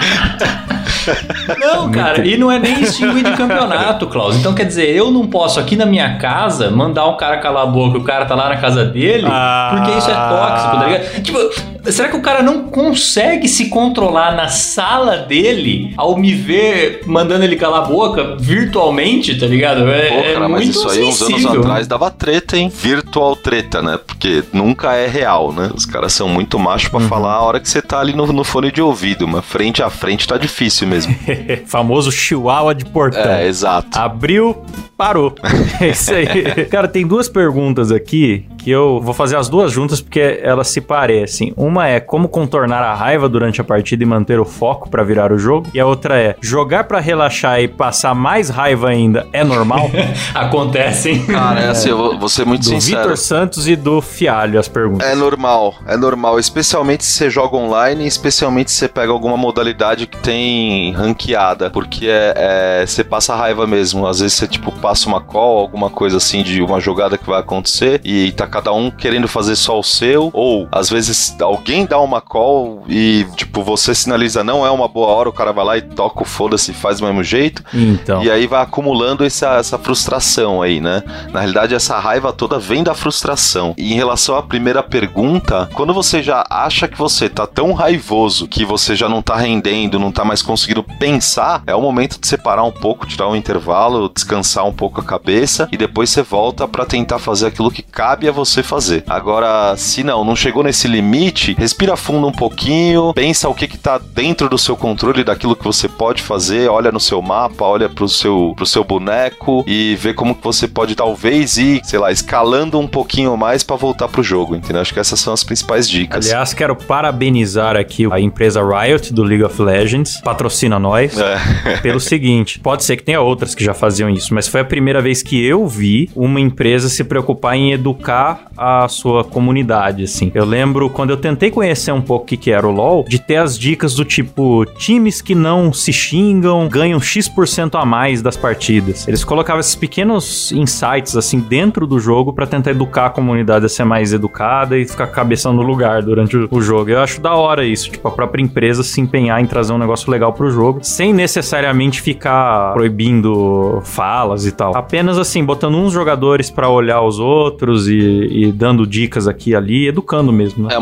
Não, cara, muito... e não é nem extinguir de campeonato, Klaus. Então, quer dizer, eu não posso aqui na minha casa mandar um cara calar a boca, o cara tá lá na casa dele, ah... porque isso é tóxico, tá ligado? Tipo, será que o cara não consegue se controlar na sala dele ao me ver mandando ele calar a boca virtualmente, tá ligado? É, Pô, cara, é mas muito isso aí sensível. Uns anos atrás dava treta, hein? Virtual treta, né? Porque nunca é real, né? Os caras são muito machos pra uhum. falar a hora que você tá ali no, no fone de ouvido, mas frente a frente tá difícil mesmo. Famoso chihuahua de portão. É, exato. Abriu, parou. É isso aí. Cara, tem duas perguntas aqui que eu vou fazer as duas juntas porque elas se parecem. Uma é como contornar a raiva durante a partida e manter o foco pra virar o jogo. E a outra é jogar pra relaxar e passar mais raiva ainda é normal? Acontece, hein? Cara, é assim, eu vou, vou ser muito do sincero. Do Vitor Santos e do Fialho as perguntas. É normal, é normal. Especialmente se você joga online, especialmente se você pega alguma modalidade que tem ranqueada. Porque é, é, você passa raiva mesmo. Às vezes você tipo passa uma call, alguma coisa assim de uma jogada que vai acontecer e tá cada um querendo fazer só o seu, ou às vezes alguém dá uma call e tipo você sinaliza não é uma boa hora, o cara vai lá e toca o foda-se e faz do mesmo jeito, então. E aí vai acumulando essa, essa frustração aí, né? Na realidade essa raiva toda vem da frustração. E em relação à primeira pergunta, quando você já acha que você tá tão raivoso que você já não tá rendendo, não tá mais conseguindo pensar, é o momento de separar um pouco, tirar um intervalo, descansar um pouco a cabeça e depois você volta pra tentar fazer aquilo que cabe a você fazer. Agora, se não, não chegou nesse limite, respira fundo um pouquinho, pensa o que que tá dentro do seu controle, daquilo que você pode fazer, olha no seu mapa, olha pro seu, pro seu boneco e vê como que você pode talvez ir, sei lá, escalando um pouquinho mais pra voltar pro jogo, entendeu? Acho que essas são as principais dicas. Aliás, quero parabenizar aqui a empresa Riot do League of Legends, patrocina nós, é. Pelo seguinte, pode ser que tenha outras que já faziam isso, mas foi a primeira vez que eu vi uma empresa se preocupar em educar a sua comunidade, assim. Eu lembro quando eu tentei conhecer um pouco o que, que era o LoL, de ter as dicas do tipo, times que não se xingam ganham X por cento a mais das partidas. Eles colocavam esses pequenos insights, assim, dentro do jogo pra tentar educar a comunidade a ser mais educada e ficar com a cabeça no lugar durante o, o jogo. Eu acho da hora isso, tipo, a própria empresa se empenhar em trazer um negócio legal pro jogo, sem necessariamente ficar proibindo falas e tal. Apenas, assim, botando uns jogadores pra olhar os outros e, e dando dicas aqui e ali, educando mesmo, né? É uma tentativa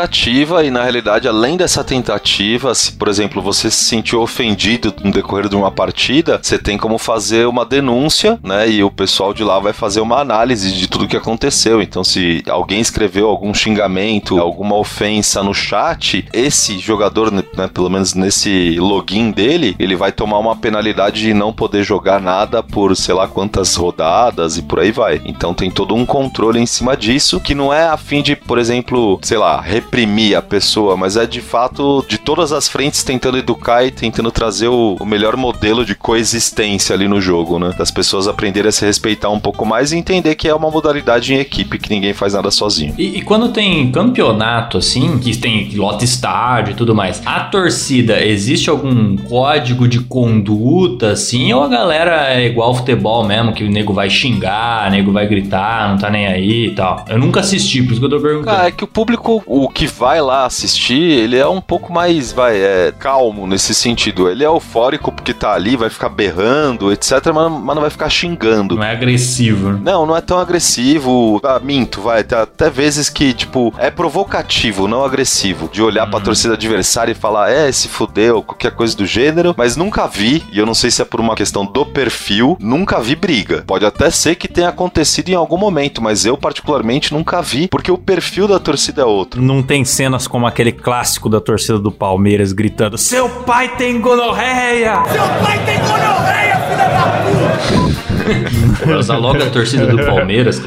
tentativa e, na realidade, além dessa tentativa, se, por exemplo, você se sentiu ofendido no decorrer de uma partida, você tem como fazer uma denúncia, né? E o pessoal de lá vai fazer uma análise de tudo que aconteceu. Então, se alguém escreveu algum xingamento, alguma ofensa no chat, esse jogador, né, pelo menos nesse login dele, ele vai tomar uma penalidade de não poder jogar nada por sei lá quantas rodadas e por aí vai. Então tem todo um controle em cima disso, que não é a fim de, por exemplo, sei lá, reprimir a pessoa, mas é de fato de todas as frentes tentando educar e tentando trazer o, o melhor modelo de coexistência ali no jogo, né? Das pessoas aprenderem a se respeitar um pouco mais e entender que é uma modalidade em equipe, que ninguém faz nada sozinho. E, e quando tem campeonato, assim, que tem lota estádio e tudo mais, a torcida, existe algum código de conduta, assim, ou a galera é igual ao futebol mesmo, que o nego vai xingar, o nego vai gritar, não tá nem aí e tal? Eu nunca assisti, por isso que eu tô perguntando. Ah, é que o público, o que vai lá assistir, ele é um pouco mais, vai, é calmo nesse sentido. Ele é eufórico porque tá ali, vai ficar berrando, etcétera, mas, mas não vai ficar xingando. Não é agressivo, né? Não, não é tão agressivo. Ah, minto, vai. Tem até vezes que, tipo, é provocativo, não agressivo. De olhar hum. pra torcida adversária e falar, é, se fudeu, qualquer coisa do gênero. Mas nunca vi, e eu não sei se é por uma questão do perfil, nunca vi briga. Pode até ser que tenha acontecido em algum momento, mas eu particularmente nunca vi, porque o perfil da torcida é outro. Não tem cenas como aquele clássico da torcida do Palmeiras gritando: seu pai tem gonorreia! Seu pai tem gonorreia, filha da puta! Vou usar logo a torcida do Palmeiras,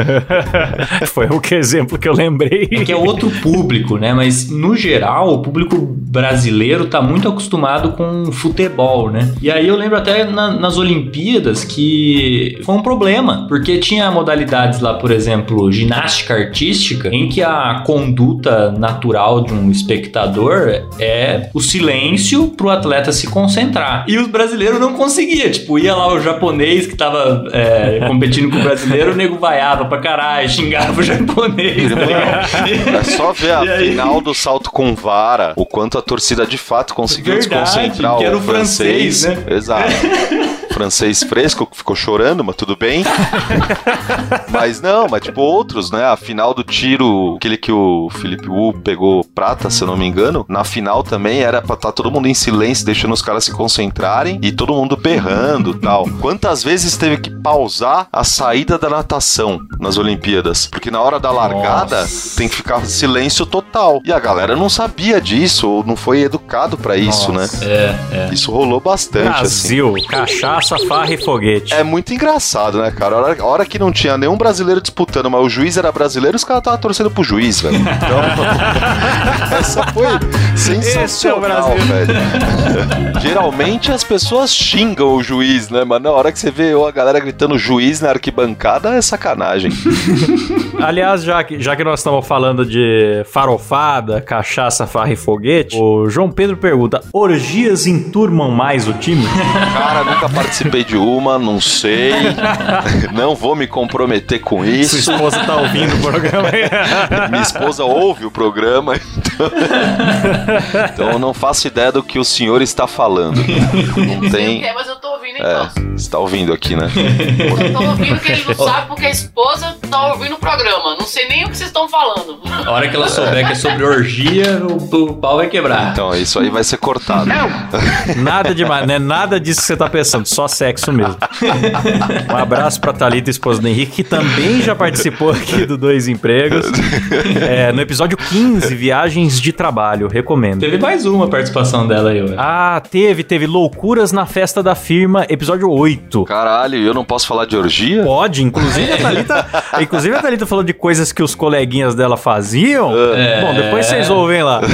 cara. Foi o que exemplo que eu lembrei. É que é outro público, né? Mas, no geral, o público brasileiro tá muito acostumado com futebol, né? E aí eu lembro até na, nas Olimpíadas que foi um problema, porque tinha modalidades lá, por exemplo, ginástica artística, em que a conduta natural de um espectador é o silêncio pro atleta se concentrar. E os brasileiros não conseguiam. Tipo, ia lá o japonês que tava é, competindo com o brasileiro, o nego vaiava pra caralho, xingava o japonês. Tá é só ver a final do salto com vara, o quanto a torcida de fato conseguiu Verdade, desconcentrar que era o o francês, francês, né? Exato. Francês fresco, que ficou chorando, mas tudo bem. Mas não, mas tipo outros, né? A final do tiro, aquele que o Felipe Wu pegou prata, se eu não me engano, na final também era pra estar todo mundo em silêncio, deixando os caras se concentrarem e todo mundo berrando e tal. Quantas vezes teve que pausar a saída da natação nas Olimpíadas? Porque na hora da largada Nossa. tem que ficar silêncio total. E a galera não sabia disso, ou não foi educado pra isso, Nossa. né? É, é. Isso rolou bastante, Brasil, assim. cachaça, farra e foguete. É muito engraçado, né, cara? A hora, a hora que não tinha nenhum brasileiro disputando, mas o juiz era brasileiro, os caras estavam torcendo pro juiz, velho. Então, essa foi sensacional, Esse é o Brasil. velho. Geralmente as pessoas xingam o juiz, né? Mas na hora que você vê a galera gritando juiz na arquibancada, é sacanagem. Aliás, já que, já que nós estamos falando de farofada, cachaça, farra e foguete, o João Pedro pergunta: orgias enturmam mais o time? Cara, nunca participei de uma, não sei. Não vou me comprometer com isso. Sua esposa tá ouvindo o programa. Minha esposa ouve o programa, então... então eu não faço ideia do que o senhor está falando. Não tem... Eu quero, mas eu tô ouvindo então. É, você tá ouvindo aqui, né? Eu tô ouvindo que ele não sabe porque a esposa tá ouvindo o programa. Não sei nem o que vocês estão falando. A hora que ela souber que é sobre orgia, o, o pau vai quebrar. Então, isso aí vai ser cortado. Nada demais, né? Nada disso que você tá pensando, só sexo mesmo. Um abraço pra Thalita, esposa do Henrique, que também já participou aqui do Dois Empregos. É, no episódio quinze, Viagens de Trabalho, recomendo. Teve mais uma participação dela aí, ué. Ah, teve, teve Loucuras na Festa da Firma, episódio oito. Caralho, eu não posso falar de orgia? Pode, inclusive a Thalita, inclusive a Thalita falou de coisas que os coleguinhas dela faziam. É. Bom, depois vocês ouvem lá.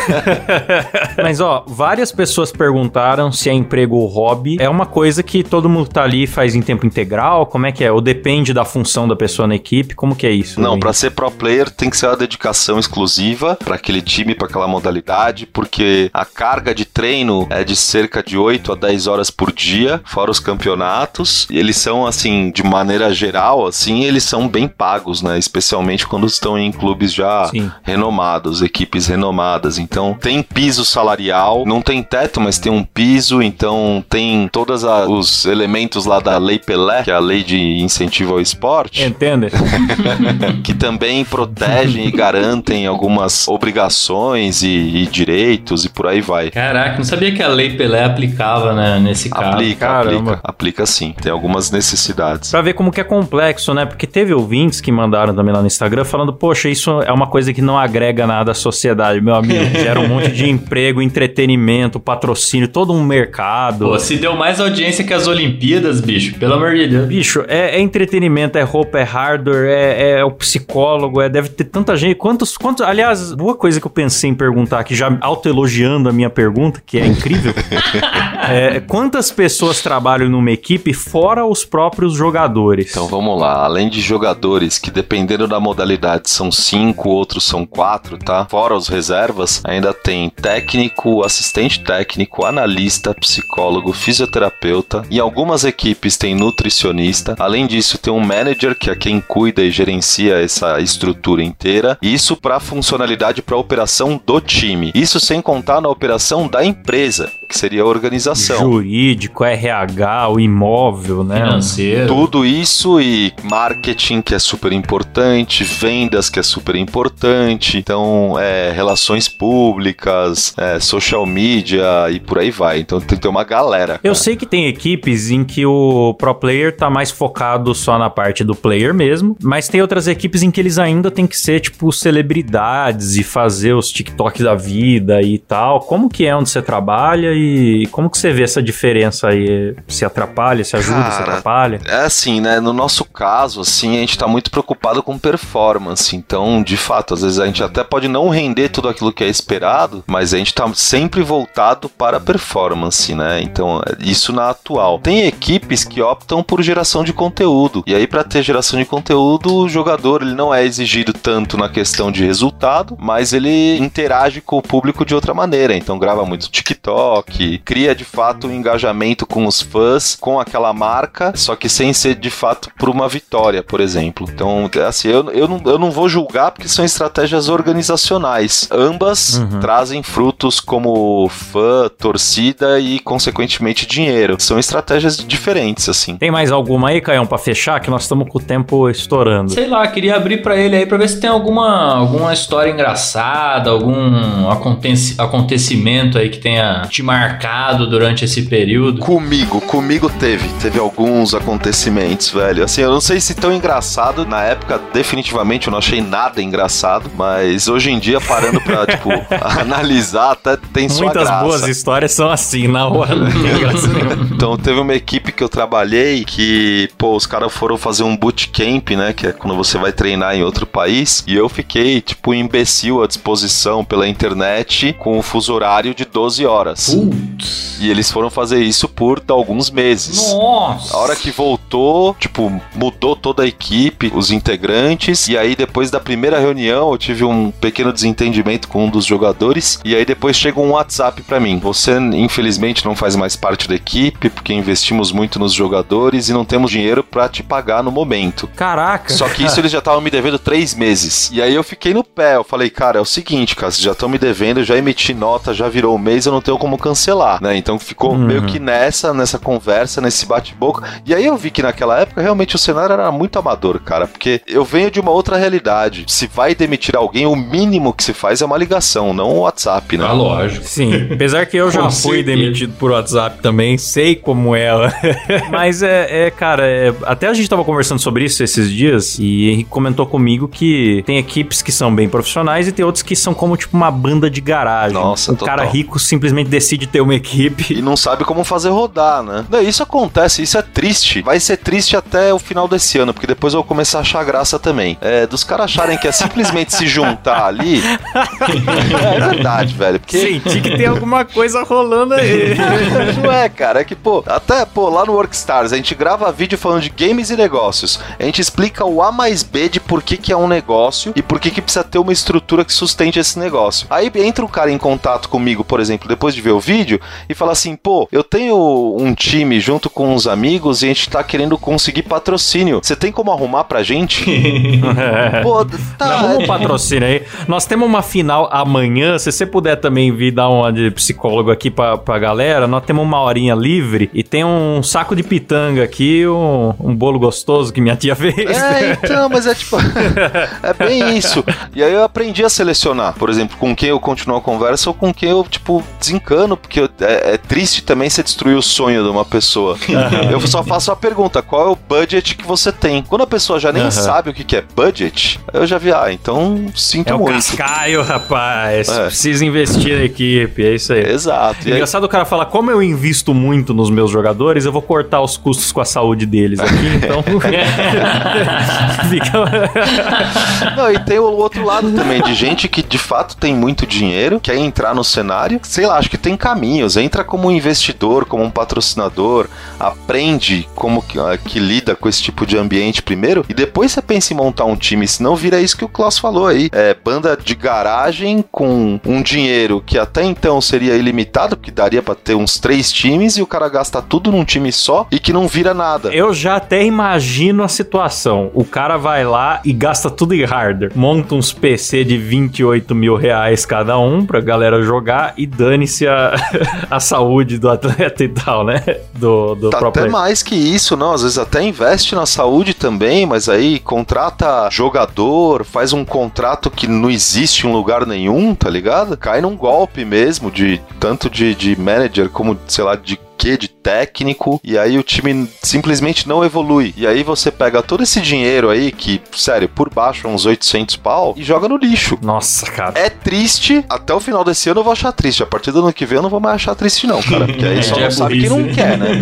É. Mas, ó, várias pessoas perguntaram se é emprego ou hobby. É uma coisa que todo mundo tá ali e faz em tempo integral? Como é que é? Ou depende da função da pessoa na equipe? Como que é isso? Não, pra ser pro player tem que ser uma dedicação exclusiva pra aquele time, pra aquela modalidade, porque a carga de treino é de cerca de oito a dez horas por dia, fora os campeonatos. E eles são, assim, de maneira geral, assim, eles são são bem pagos, né? Especialmente quando estão em clubes já Sim. renomados, equipes renomadas. Então, tem piso salarial, não tem teto, mas tem um piso, então tem todos os elementos lá da Lei Pelé, que é a lei de incentivo ao esporte. Entende? Que também protegem e garantem algumas obrigações e, e direitos e por aí vai. Caraca, não sabia que a Lei Pelé aplicava, né, nesse caso. Aplica, Caramba. aplica. Aplica sim, tem algumas necessidades. Pra ver como que é complexo, né? Porque teve ouvintes que mandaram também lá no Instagram falando, poxa, isso é uma coisa que não agrega nada à sociedade, meu amigo. Gera um monte de emprego, entretenimento, patrocínio, todo um mercado. Pô, se deu mais audiência que as Olimpíadas, bicho, pelo amor de Deus. Bicho, é, é entretenimento, é roupa, é hardware, é, é o psicólogo, é, deve ter tanta gente. Quantos, quantos... Aliás, boa coisa que eu pensei em perguntar aqui, já autoelogiando a minha pergunta, que é incrível. é, quantas pessoas trabalham numa equipe fora os próprios jogadores? Então vamos lá, além de jogadores que dependendo da modalidade são cinco, outros são quatro, tá? Fora os reservas, ainda tem técnico, assistente técnico, analista, psicólogo, fisioterapeuta e algumas equipes têm nutricionista. Além disso, tem um manager que é quem cuida e gerencia essa estrutura inteira. Isso para funcionalidade, para operação do time. Isso sem contar na operação da empresa, que seria a organização. Jurídico, R H, o imóvel, né? Financeiro. Tudo isso e marketing, que é super importante, vendas, que é super importante, então, é, relações públicas, é, social media e por aí vai. Então, tem que ter uma galera. Cara. Eu sei que tem equipes em que o pro player tá mais focado só na parte do player mesmo, mas tem outras equipes em que eles ainda tem que ser, tipo, celebridades e fazer os TikToks da vida e tal. Como que é onde você trabalha e como que você vê essa diferença aí? Se atrapalha, se ajuda, Cara, se atrapalha? É assim, né? No nosso caso, assim, a gente tá muito preocupado com performance. Então, de fato, às vezes a gente até pode não render tudo aquilo que é esperado, mas a gente tá sempre voltado para a performance, né? Então, isso na atual. Tem equipes que optam por geração de conteúdo. E aí, para ter geração de conteúdo, o jogador ele não é exigido tanto na questão de resultado, mas ele interage com o público de outra maneira. Então, grava muito TikTok, cria de fato um engajamento com os fãs, com aquela marca, só que sem ser de fato por uma vitória, por exemplo. Então, assim, eu, eu, não, eu não vou julgar porque são estratégias organizacionais. Ambas uhum. trazem frutos como fã, torcida e, consequentemente, dinheiro. São estratégias diferentes, assim. Tem mais alguma aí, Caião, pra fechar? Que nós estamos com o tempo estourando. Sei lá, queria abrir pra ele aí pra ver se tem alguma, alguma história engraçada, algum aconteci- acontecimento aí que tenha te marcado durante esse período. Comigo, comigo teve. Teve alguns acontecimentos, velho. Assim, eu não sei se tão engraçado. Na época, definitivamente, eu não achei nada engraçado. Mas hoje em dia, parando pra, tipo, analisar, até tem sua Muitas graça. boas histórias são assim, na hora. Então, teve uma equipe que eu trabalhei que, pô, os caras foram fazer um bootcamp, né? Que é quando você vai treinar em outro país. E eu fiquei, tipo, imbecil à disposição pela internet com um fuso horário de doze horas. Putz. E eles foram fazer isso por alguns meses. Nossa! A hora que voltou, tipo, mudou toda a equipe, os integrantes. E aí, depois da primeira reunião, eu tive um pequeno desentendimento com um dos jogadores. E aí, depois chega um WhatsApp pra mim. Você, infelizmente, não faz mais parte da equipe, porque investimos muito nos jogadores e não temos dinheiro pra te pagar no momento. Caraca! Só que isso eles já estavam me devendo três meses. E aí eu fiquei no pé. Eu falei, cara, é o seguinte, cara, vocês já estão me devendo, eu já emiti nota, já virou um mês, eu não tenho como cancelar, né? Então ficou uhum. meio que nessa, nessa conversa, nesse bate-boca. E aí eu vi que naquela época, realmente, o cenário era muito amador, cara, porque eu venho de uma outra realidade. Se vai demitir alguém, o mínimo que se faz é uma ligação, não um WhatsApp, né? Ah, lógico. Sim, apesar que eu já Com fui certeza. demitido por WhatsApp também, sei como é. Mas é, é cara, é, até a gente tava conversando sobre isso esses dias e Henrique comentou comigo que tem equipes que são bem profissionais e tem outros que são como tipo uma banda de garagem. Nossa, o total. cara rico simplesmente decide ter uma equipe e não sabe como fazer rodar, né? Não, isso acontece, isso é triste. Vai ser triste até o final desse ano, porque depois eu vou começar a achar graça também. É, dos caras acharem que é simplesmente se juntar ali. É, é verdade, velho. Porque... Senti que tem alguma coisa rolando aí. Não é, cara. É que, pô, até, pô, lá no Workstars, a gente grava vídeo falando de games e negócios. A gente explica o A mais B de por que que é um negócio e por que que precisa ter uma estrutura que sustente esse negócio. Aí entra o cara em contato comigo, por exemplo, depois de ver o vídeo, vídeo e fala assim, pô, eu tenho um time junto com uns amigos e a gente tá querendo conseguir patrocínio. Você tem como arrumar pra gente? Pô, tá. Arruma um patrocínio aí. Nós temos uma final amanhã, se você puder também vir dar uma de psicólogo aqui pra, pra galera, nós temos uma horinha livre e tem um saco de pitanga aqui, um, um bolo gostoso que minha tia fez. É, então, mas é tipo... é bem isso. E aí eu aprendi a selecionar, por exemplo, com quem eu continuo a conversa ou com quem eu, tipo, desencano, porque eu, é, é triste também você destruir o sonho de uma pessoa. Uhum. Eu só faço a pergunta, qual é o budget que você tem? Quando a pessoa já nem uhum. sabe o que, que é budget, eu já vi, ah, então sinto é muito. É o cascaio, rapaz. É. Precisa investir na equipe, é isso aí. Exato. É engraçado o cara falar, como eu invisto muito nos meus jogadores, eu vou cortar os custos com a saúde deles aqui, então... Fica... Não, e tem o outro lado também, de gente que de fato tem muito dinheiro, quer entrar no cenário, sei lá, acho que tem caminhos, entra como um investidor, como um patrocinador, aprende como que, uh, que lida com esse tipo de ambiente primeiro, e depois você pensa em montar um time, senão vira isso que o Klaus falou aí, é banda de garagem com um dinheiro que até então seria ilimitado, porque daria pra ter uns três times, e o cara gasta tudo num time só, e que não vira nada. Eu já até imagino a situação, o cara vai lá e gasta tudo em hardware, monta uns P C de vinte e oito mil reais cada um pra galera jogar e dane-se a, a saúde do atleta e tal, né? Do, do tá próprio... até mais que isso, não? Às vezes até investe na saúde também, mas aí contrata jogador, faz um contrato que não existe em lugar nenhum, tá ligado? Cai num golpe mesmo, de tanto de, de manager como, sei lá, de que de técnico, e aí o time simplesmente não evolui. E aí você pega todo esse dinheiro aí, que, sério, por baixo é uns oitocentos pau, e joga no lixo. Nossa, cara. É triste, até o final desse ano eu vou achar triste. A partir do ano que vem eu não vou mais achar triste não, cara, porque aí só não sabe quem não quer, né?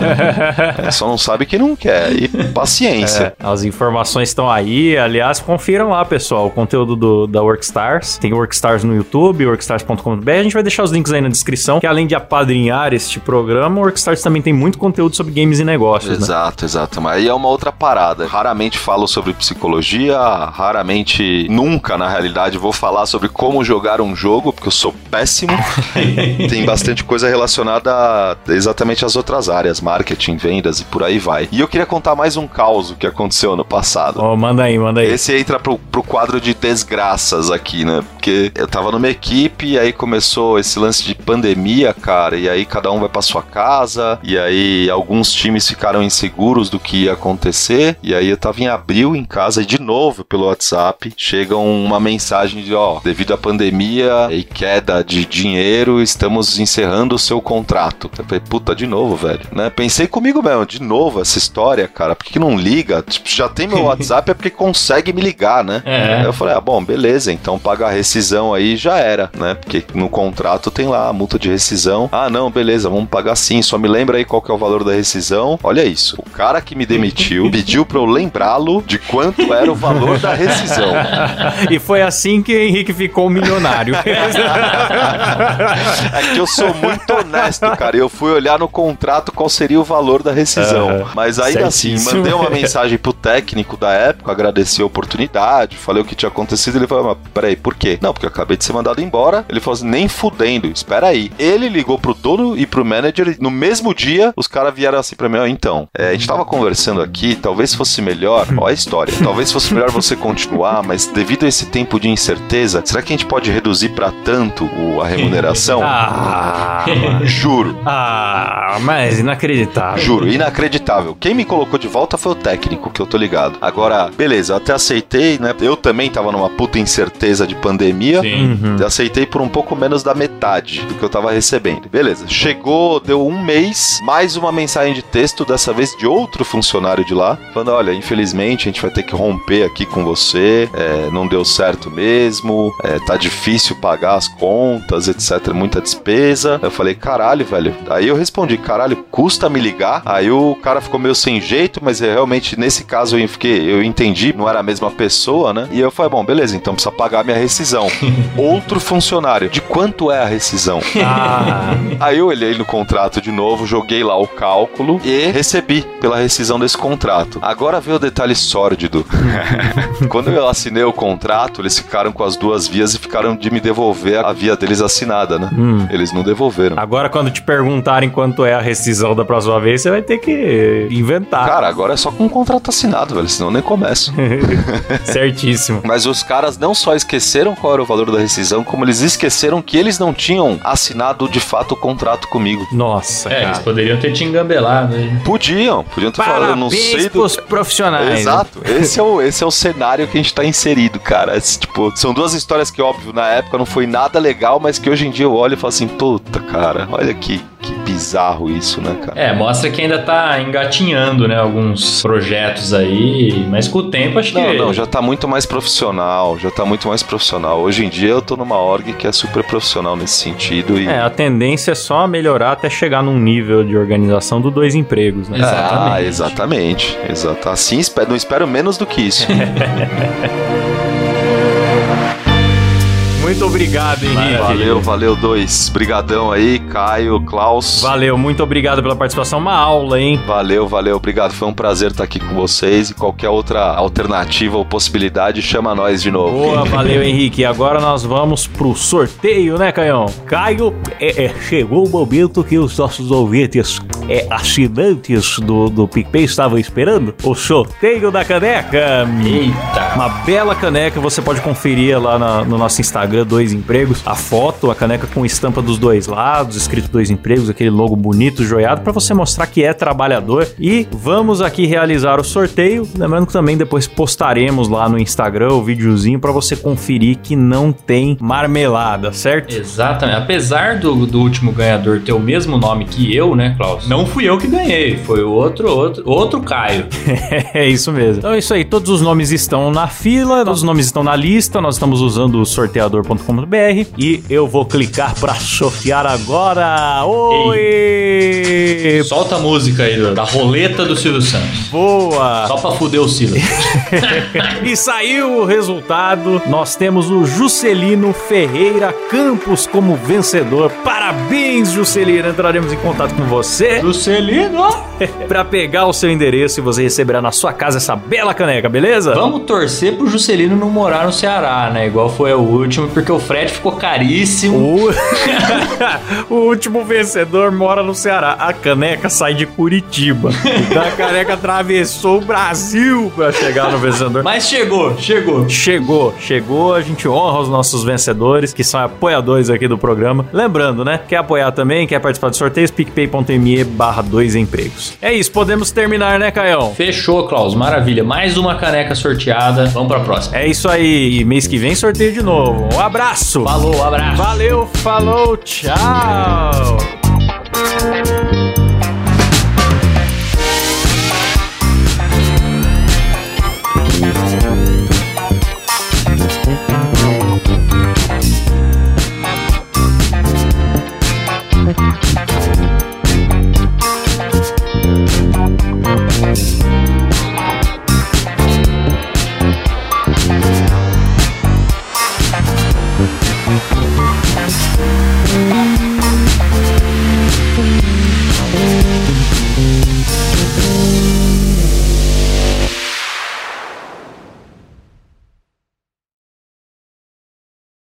É, só não sabe quem não quer. E paciência. É, as informações estão aí, aliás, confiram lá, pessoal, o conteúdo do, da Workstars. Tem Workstars no YouTube, workstars ponto com ponto b r. A gente vai deixar os links aí na descrição, que além de apadrinhar este programa, o Workstars também tem muito conteúdo sobre games e negócios, exato, né? Exato, mas aí é uma outra parada. Raramente falo sobre psicologia, raramente, nunca na realidade, vou falar sobre como jogar um jogo, porque eu sou péssimo. Tem bastante coisa relacionada a, exatamente às outras áreas, marketing, vendas e por aí vai. E eu queria contar mais um caos que aconteceu ano passado. Oh, manda aí, manda aí. Esse entra pro, pro quadro de desgraças aqui, né? Porque eu tava numa equipe e aí começou esse lance de pandemia, cara, e aí cada um vai pra sua casa, e aí alguns times ficaram inseguros do que ia acontecer, e aí eu tava em abril em casa, e de novo pelo WhatsApp chega uma mensagem de, ó, devido à pandemia e queda de dinheiro, estamos encerrando o seu contrato. Eu falei, puta, de novo, velho, né? Pensei comigo mesmo, de novo essa história, cara, por que que não liga? Tipo, já tem meu WhatsApp, é porque consegue me ligar, né? É. Aí eu falei, ah, bom, beleza, então paga a rescisão aí, já era, né? Porque no contrato tem lá a multa de rescisão. Ah, não, beleza, vamos pagar sim, só me lembra aí qual que é o valor da rescisão. Olha isso, o cara que me demitiu pediu pra eu lembrá-lo de quanto era o valor da rescisão. E foi assim que o Henrique ficou milionário. É que eu sou muito honesto, cara. Eu fui olhar no contrato qual seria o valor da rescisão. É, mas ainda assim, mandei uma mensagem pro técnico da época, agradeci a oportunidade, falei o que tinha acontecido. Ele falou, mas peraí, por quê? Não, porque eu acabei de ser mandado embora. Ele falou assim, nem fudendo, espera aí. Ele ligou pro dono e pro manager. No mesmo dia, os caras vieram assim pra mim, ó, então, é, a gente tava conversando aqui, talvez fosse melhor, ó a história, talvez fosse melhor você continuar, mas devido a esse tempo de incerteza, será que a gente pode reduzir pra tanto o, a remuneração? Ah, juro. Ah, mas inacreditável. Juro, inacreditável. Quem me colocou de volta foi o técnico, que eu tô ligado. Agora, beleza, eu até aceitei, né? Eu também tava numa puta incerteza de pandemia. Sim. Uhum. Aceitei por um pouco menos da metade do que eu tava recebendo. Beleza, chegou, deu um mês, mais uma mensagem de texto, dessa vez de outro funcionário de lá, falando, olha, infelizmente a gente vai ter que romper aqui com você, é, não deu certo mesmo, é, tá difícil pagar as contas, etcétera, muita despesa. Eu falei, caralho, velho. Aí eu respondi, caralho, custa me ligar? Aí o cara ficou meio sem jeito, mas realmente nesse caso caso eu fiquei, eu entendi, não era a mesma pessoa, né? E eu falei, bom, beleza, então precisa pagar minha rescisão. Outro funcionário, de quanto é a rescisão? Ah. Aí eu olhei no contrato de novo, joguei lá o cálculo e recebi pela rescisão desse contrato. Agora veio o detalhe sórdido. Quando eu assinei o contrato, eles ficaram com as duas vias e ficaram de me devolver a via deles assinada, né? Hum. Eles não devolveram. Agora, quando te perguntarem quanto é a rescisão da próxima vez, você vai ter que inventar. Cara, agora é só com um contrato assinado, velho, senão eu nem começo. Certíssimo. Mas os caras não só esqueceram qual era o valor da rescisão, como eles esqueceram que eles não tinham assinado de fato o contrato comigo. Nossa, é, cara. Eles poderiam ter te engambelado aí. Podiam, podiam ter falado, eu não sei do... profissionais. Exato, esse é, o, esse é o cenário que a gente tá inserido, cara. Esse, tipo, são duas histórias que, óbvio, na época não foi nada legal, mas que hoje em dia eu olho e falo assim, puta, cara, olha aqui. Que bizarro isso, né, cara? É, mostra que ainda tá engatinhando, né, alguns projetos aí, mas com o tempo acho que... Não, não, já tá muito mais profissional, já tá muito mais profissional. Hoje em dia eu tô numa org que é super profissional nesse sentido e... É, a tendência é só melhorar até chegar num nível de organização do dois empregos, né? Exatamente. Ah, exatamente. Exato. Assim, não espero menos do que isso. Muito obrigado, Henrique. Valeu, valeu, dois. Brigadão aí, Caio, Klaus. Valeu, muito obrigado pela participação. Uma aula, hein? Valeu, valeu, obrigado. Foi um prazer estar aqui com vocês e qualquer outra alternativa ou possibilidade, chama nós de novo. Boa, valeu, Henrique. E agora nós vamos pro sorteio, né, Caião? Caio, é, é, chegou o momento que os nossos ouvintes é, assinantes do, do PicPay estavam esperando. O sorteio da caneca. Eita! Uma bela caneca, você pode conferir lá na, no nosso Instagram, Dois Empregos, a foto, a caneca com estampa dos dois lados, escrito Dois Empregos, aquele logo bonito, joiado, para você mostrar que é trabalhador. E vamos aqui realizar o sorteio, lembrando que também depois postaremos lá no Instagram o videozinho para você conferir que não tem marmelada, certo? Exatamente, apesar do, do último ganhador ter o mesmo nome que eu, né, Klaus? Não fui eu que ganhei, foi o outro, outro, outro Caio. É isso mesmo. Então é isso aí, todos os nomes estão na fila, todos os nomes estão na lista, nós estamos usando o sorteador ponto com ponto b r e eu vou clicar pra sortear agora. Oi! Ei. Solta a música aí da roleta do Silvio Santos. Boa! Só pra fuder o Silas. E saiu o resultado. Nós temos o Juscelino Ferreira Campos como vencedor. Parabéns, Juscelino! Entraremos em contato com você, Juscelino, pra pegar o seu endereço e você receberá na sua casa essa bela caneca, beleza? Vamos torcer pro Juscelino não morar no Ceará, né? Igual foi o último, porque o frete ficou caríssimo. O... o último vencedor mora no Ceará. A caneca sai de Curitiba. Então a caneca atravessou o Brasil pra chegar no vencedor. Mas chegou, chegou. Chegou, chegou. A gente honra os nossos vencedores, que são apoiadores aqui do programa. Lembrando, né? Quer apoiar também, quer participar de sorteios? PicPay.me barra dois empregos. É isso, podemos terminar, né, Caião? Fechou, Klaus. Maravilha. Mais uma caneca sorteada. Vamos pra próxima. É isso aí. Mês que vem sorteio de novo. Um abraço. Falou, abraço. Valeu, falou, tchau.